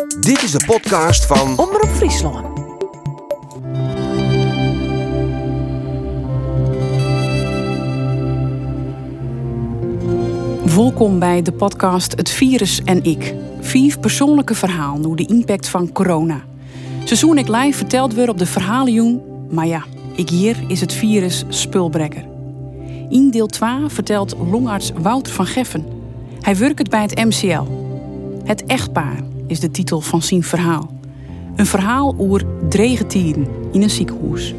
Dit is de podcast van Omroep Friesland. Welkom bij de podcast Het Virus en ik. 5 persoonlijke verhalen over de impact van corona. Seizoen ik live verteld weer op de verhalenjoen, maar ja, ik hier is het virus spulbrekker. In deel 2 vertelt longarts Wouter van Geffen. Hij werkt bij het MCL. Het echtpaar is de titel van zijn verhaal. Een verhaal over drege tijden in een ziekenhuis.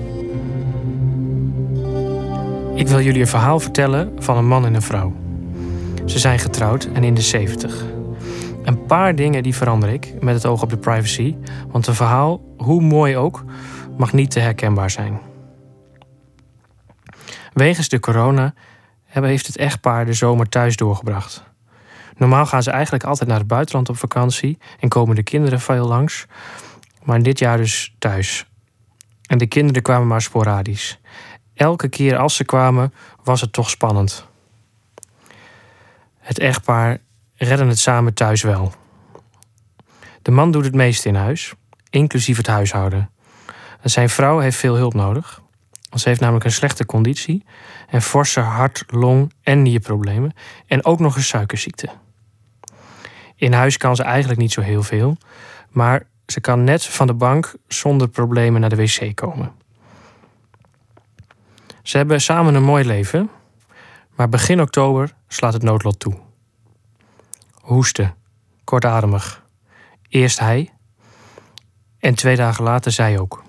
Ik wil jullie een verhaal vertellen van een man en een vrouw. Ze zijn getrouwd en in de 70. Een paar dingen die verander ik met het oog op de privacy, want een verhaal, hoe mooi ook, mag niet te herkenbaar zijn. Wegens de corona heeft het echtpaar de zomer thuis doorgebracht. Normaal gaan ze eigenlijk altijd naar het buitenland op vakantie en komen de kinderen veel langs, maar dit jaar dus thuis. En de kinderen kwamen maar sporadisch. Elke keer als ze kwamen was het toch spannend. Het echtpaar redden het samen thuis wel. De man doet het meeste in huis, inclusief het huishouden. Zijn vrouw heeft veel hulp nodig. Ze heeft namelijk een slechte conditie en forse hart-, long- en nierproblemen en ook nog een suikerziekte. In huis kan ze eigenlijk niet zo heel veel, maar ze kan net van de bank zonder problemen naar de wc komen. Ze hebben samen een mooi leven, maar begin oktober slaat het noodlot toe. Hoesten, kortademig. Eerst hij en 2 dagen later zij ook.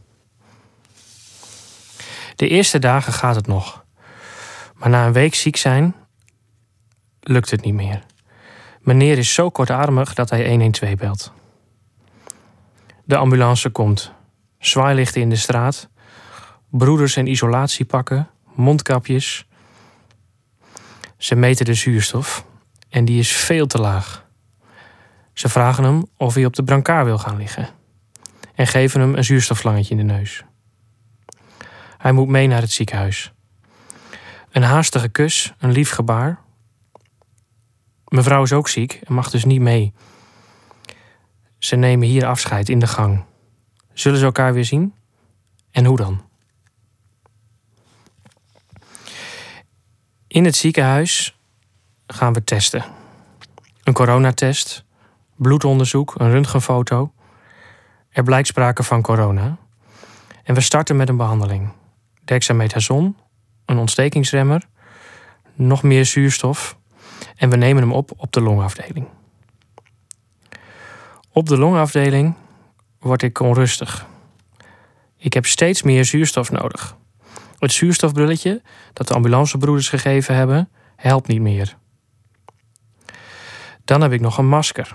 De eerste dagen gaat het nog, maar na een week ziek zijn lukt het niet meer. Meneer is zo kortademig dat hij 112 belt. De ambulance komt. Zwaailichten in de straat. Broeders en isolatiepakken. Mondkapjes. Ze meten de zuurstof. En die is veel te laag. Ze vragen hem of hij op de brancard wil gaan liggen. En geven hem een zuurstofslangetje in de neus. Hij moet mee naar het ziekenhuis. Een haastige kus, een lief gebaar. Mevrouw is ook ziek en mag dus niet mee. Ze nemen hier afscheid in de gang. Zullen ze elkaar weer zien? En hoe dan? In het ziekenhuis gaan we testen. Een coronatest, bloedonderzoek, een röntgenfoto. Er blijkt sprake van corona. En we starten met een behandeling. Dexamethason, een ontstekingsremmer, nog meer zuurstof. En we nemen hem op de longafdeling. Op de longafdeling word ik onrustig. Ik heb steeds meer zuurstof nodig. Het zuurstofbrilletje dat de ambulancebroeders gegeven hebben, helpt niet meer. Dan heb ik nog een masker.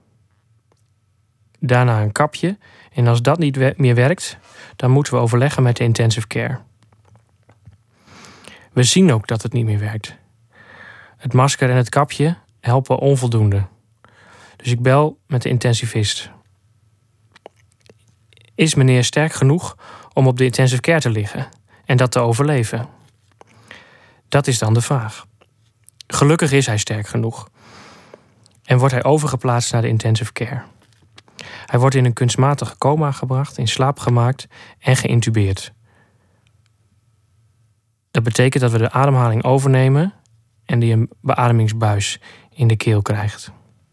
Daarna een kapje. En als dat niet meer werkt, dan moeten we overleggen met de intensive care. We zien ook dat het niet meer werkt. Het masker en het kapje helpen onvoldoende. Dus ik bel met de intensivist. Is meneer sterk genoeg om op de intensive care te liggen en dat te overleven? Dat is dan de vraag. Gelukkig is hij sterk genoeg. En wordt hij overgeplaatst naar de intensive care. Hij wordt in een kunstmatige coma gebracht, in slaap gemaakt en geïntubeerd. Dat betekent dat we de ademhaling overnemen en die een beademingsbuis in de keel krijgt.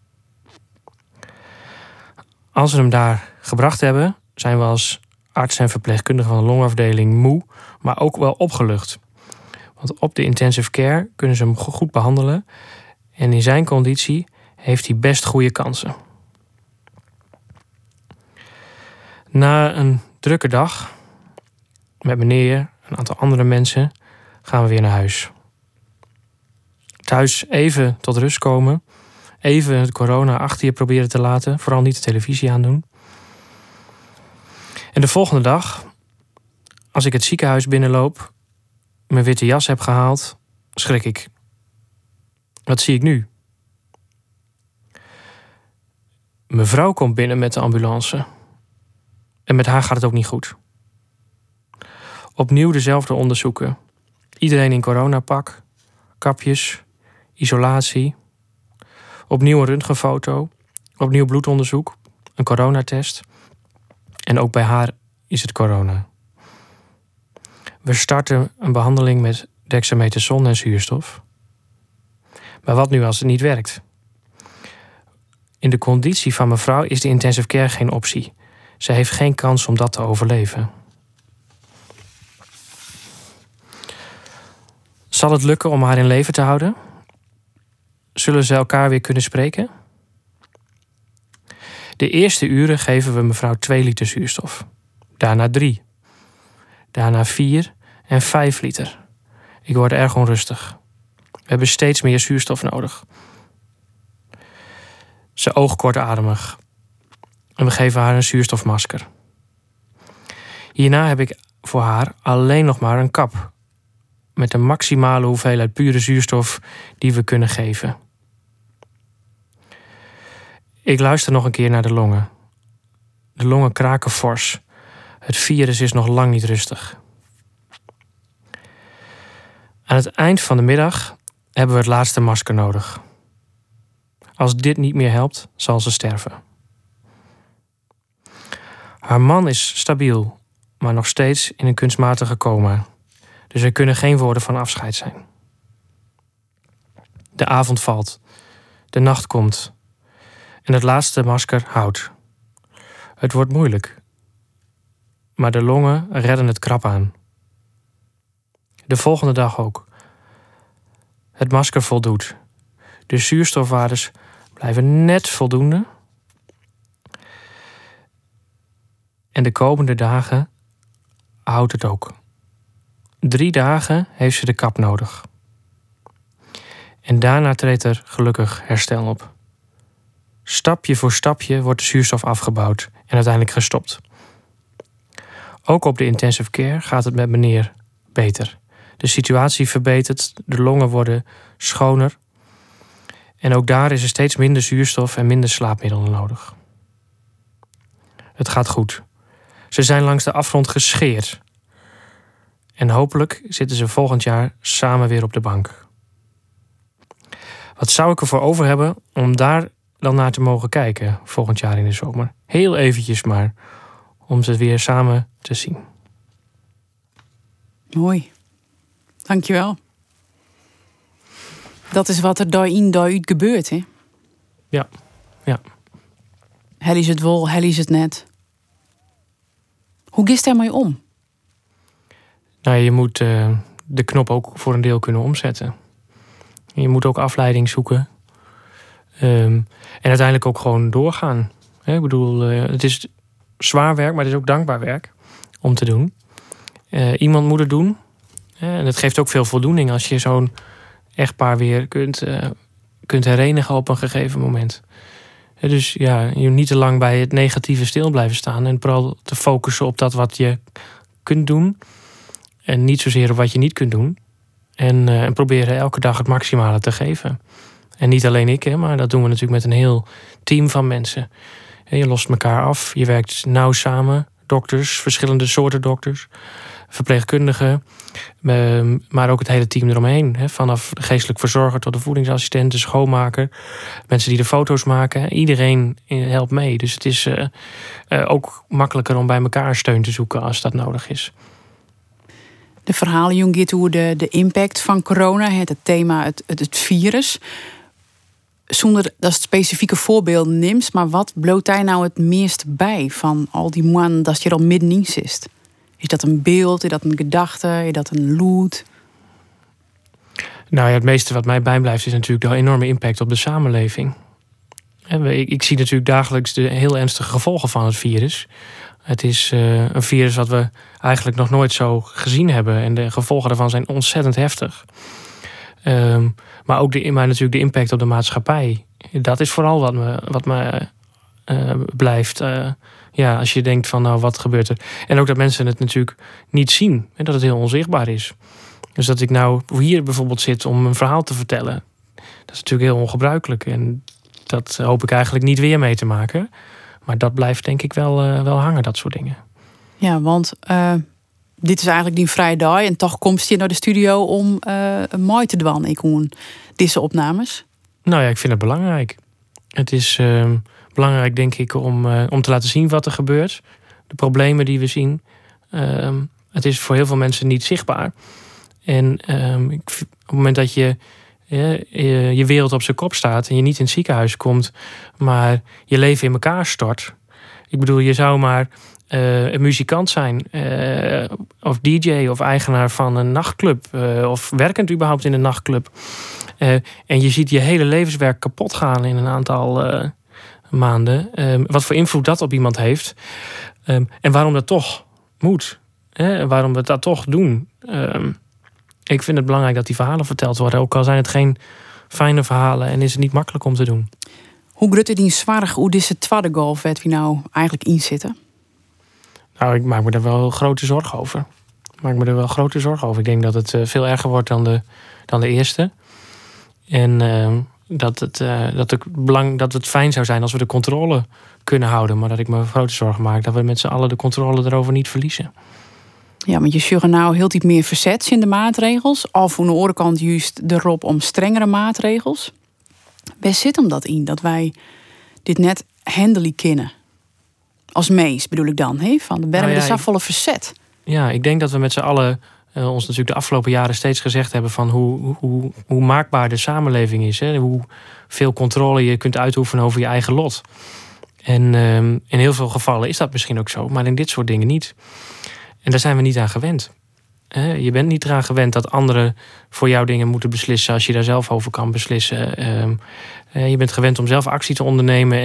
Als we hem daar gebracht hebben, zijn we als arts en verpleegkundige van de longafdeling moe, maar ook wel opgelucht. Want op de intensive care kunnen ze hem goed behandelen en in zijn conditie heeft hij best goede kansen. Na een drukke dag met meneer en een aantal andere mensen gaan we weer naar huis. Thuis even tot rust komen. Even het corona achter je proberen te laten. Vooral niet de televisie aandoen. En de volgende dag, als ik het ziekenhuis binnenloop, mijn witte jas heb gehaald, schrik ik. Wat zie ik nu? Mevrouw komt binnen met de ambulance. En met haar gaat het ook niet goed. Opnieuw dezelfde onderzoeken. Iedereen in coronapak, kapjes, isolatie. Opnieuw een röntgenfoto, opnieuw bloedonderzoek. een coronatest. En ook bij haar is het corona. We starten een behandeling met dexamethason en zuurstof. Maar wat nu als het niet werkt? In de conditie van mevrouw is de intensive care geen optie. Ze heeft geen kans om dat te overleven. Zal het lukken om haar in leven te houden? Zullen ze elkaar weer kunnen spreken? De eerste uren geven we mevrouw 2 liter zuurstof. Daarna 3. Daarna 4 en 5 liter. Ik word erg onrustig. We hebben steeds meer zuurstof nodig. Ze oogt kortademig. En we geven haar een zuurstofmasker. Hierna heb ik voor haar alleen nog maar een kap. Met de maximale hoeveelheid pure zuurstof die we kunnen geven. Ik luister nog een keer naar de longen. De longen kraken fors. Het virus is nog lang niet rustig. Aan het eind van de middag hebben we het laatste masker nodig. Als dit niet meer helpt, zal ze sterven. Haar man is stabiel, maar nog steeds in een kunstmatige coma. Dus er kunnen geen woorden van afscheid zijn. De avond valt. De nacht komt. En het laatste masker houdt. Het wordt moeilijk. Maar de longen redden het krap aan. De volgende dag ook. Het masker voldoet. De zuurstofwaardes blijven net voldoende. En de komende dagen houdt het ook. 3 dagen heeft ze de kap nodig. En daarna treedt er gelukkig herstel op. Stapje voor stapje wordt de zuurstof afgebouwd en uiteindelijk gestopt. Ook op de intensive care gaat het met meneer beter. De situatie verbetert, de longen worden schoner. En ook daar is er steeds minder zuurstof en minder slaapmiddelen nodig. Het gaat goed. Ze zijn langs de afgrond gescheerd. En hopelijk zitten ze volgend jaar samen weer op de bank. Wat zou ik ervoor over hebben om daar dan naar te mogen kijken volgend jaar in de zomer? Heel eventjes maar, om ze weer samen te zien. Mooi. Dankjewel. Dat is wat er daarin uit gebeurt, hè? Ja. Hel is het wel, hel is het net. Hoe gist daarmee om? Nou, je moet de knop ook voor een deel kunnen omzetten. Je moet ook afleiding zoeken. En uiteindelijk ook gewoon doorgaan. Ik bedoel, het is zwaar werk, maar het is ook dankbaar werk om te doen. Iemand moet het doen. En het geeft ook veel voldoening als je zo'n echtpaar weer kunt herenigen op een gegeven moment. Dus ja, je moet niet te lang bij het negatieve stil blijven staan. En vooral te focussen op dat wat je kunt doen. En niet zozeer op wat je niet kunt doen. En proberen elke dag het maximale te geven. En niet alleen ik, maar dat doen we natuurlijk met een heel team van mensen. Je lost elkaar af, je werkt nauw samen. Dokters, verschillende soorten dokters. Verpleegkundigen. Maar ook het hele team eromheen. Vanaf de geestelijk verzorger tot de voedingsassistent, de schoonmaker. Mensen die de foto's maken. Iedereen helpt mee. Dus het is ook makkelijker om bij elkaar steun te zoeken als dat nodig is. De verhalen, jong, gaat over de impact van corona. Het thema, het virus. Zonder dat het specifieke voorbeelden neemt. Maar wat bloot daar nou het meest bij van al die maanden dat je er al middenin zit? Is dat een beeld? Is dat een gedachte? Is dat een lood? Nou ja, het meeste wat mij bijblijft is natuurlijk de enorme impact op de samenleving. Ik zie natuurlijk dagelijks de heel ernstige gevolgen van het virus. Het is een virus wat we eigenlijk nog nooit zo gezien hebben. En de gevolgen daarvan zijn ontzettend heftig. Maar ook natuurlijk de impact op de maatschappij. Dat is vooral wat me blijft. Als je denkt van nou, wat gebeurt er? En ook dat mensen het natuurlijk niet zien. En dat het heel onzichtbaar is. Dus dat ik nou hier bijvoorbeeld zit om een verhaal te vertellen. Dat is natuurlijk heel ongebruikelijk. En dat hoop ik eigenlijk niet weer mee te maken. Maar dat blijft denk ik wel hangen, dat soort dingen. Ja, want dit is eigenlijk die vrije dag. En toch komt je naar de studio om mooi te doen. Ik hoor deze opnames. Nou ja, ik vind het belangrijk. Het is belangrijk, denk ik, om te laten zien wat er gebeurt. De problemen die we zien. Het is voor heel veel mensen niet zichtbaar. En op het moment dat je wereld op zijn kop staat en je niet in het ziekenhuis komt, maar je leven in elkaar stort. Ik bedoel, je zou maar een muzikant zijn, of DJ of eigenaar van een nachtclub, of werkend überhaupt in een nachtclub. En je ziet je hele levenswerk kapot gaan in een aantal maanden. Wat voor invloed dat op iemand heeft. En waarom dat toch moet. Waarom we dat toch doen. Ik vind het belangrijk dat die verhalen verteld worden. Ook al zijn het geen fijne verhalen en is het niet makkelijk om te doen. Hoe grut het in zwaar, hoe deze tweede golf werd we nou eigenlijk in zitten? Nou, ik maak me daar wel grote zorgen over. Ik denk dat het veel erger wordt dan de eerste. En dat het fijn zou zijn als we de controle kunnen houden. Maar dat ik me grote zorgen maak dat we met z'n allen de controle erover niet verliezen. Ja, want je zult nou heel diep meer verzet in de maatregels. Of aan de andere kant juist erop om strengere maatregels. Waar zit hem dat in? Dat wij dit net handelen kunnen. Als mees bedoel ik dan. Van de berm de volle verzet. Ja, ik denk dat we met z'n allen ons natuurlijk de afgelopen jaren steeds gezegd hebben van hoe maakbaar de samenleving is. Hoe veel controle je kunt uitoefenen over je eigen lot. En in heel veel gevallen is dat misschien ook zo. Maar in dit soort dingen niet. En daar zijn we niet aan gewend. Je bent niet eraan gewend dat anderen voor jou dingen moeten beslissen als je daar zelf over kan beslissen. Je bent gewend om zelf actie te ondernemen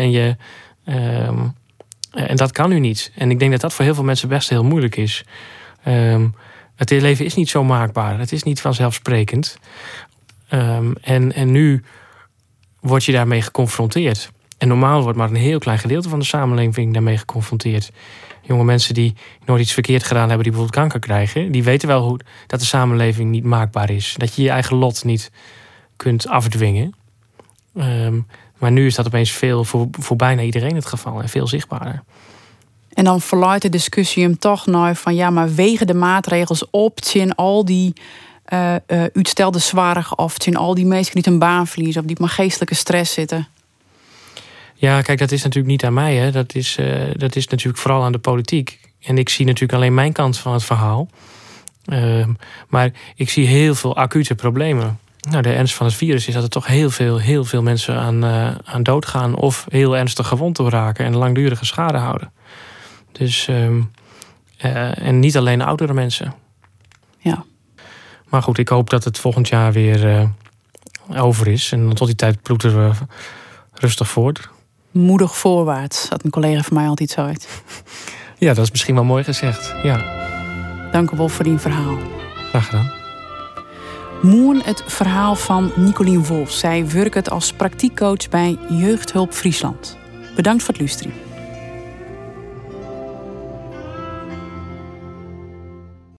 en dat kan nu niet. En ik denk dat dat voor heel veel mensen best heel moeilijk is. Het leven is niet zo maakbaar. Het is niet vanzelfsprekend. En nu word je daarmee geconfronteerd. En normaal wordt maar een heel klein gedeelte van de samenleving daarmee geconfronteerd. Jonge mensen die nooit iets verkeerd gedaan hebben, die bijvoorbeeld kanker krijgen, die weten wel dat de samenleving niet maakbaar is. Dat je je eigen lot niet kunt afdwingen. Maar nu is dat opeens veel voor bijna iedereen het geval en veel zichtbaarder. En dan verluidt de discussie hem toch naar van ja, maar wegen de maatregels op in al die uitstelde zwaar of in al die mensen die een baan verliezen of die maar geestelijke stress zitten. Ja, kijk, dat is natuurlijk niet aan mij. Hè. Dat is natuurlijk vooral aan de politiek. En ik zie natuurlijk alleen mijn kant van het verhaal. Maar ik zie heel veel acute problemen. Nou, de ernst van het virus is dat er toch heel veel mensen aan dood gaan of heel ernstig gewond door raken en langdurige schade houden. Dus, en niet alleen oudere mensen. Ja. Maar goed, ik hoop dat het volgend jaar weer over is. En tot die tijd ploeteren we rustig voort. Moedig voorwaarts, had een collega van mij altijd zo uit. Ja, dat is misschien wel mooi gezegd. Ja. Dank u wel voor die verhaal. Graag gedaan. Moen het verhaal van Nicolien Wolf. Zij werkt als praktiekcoach bij Jeugdhulp Friesland. Bedankt voor het luisteren.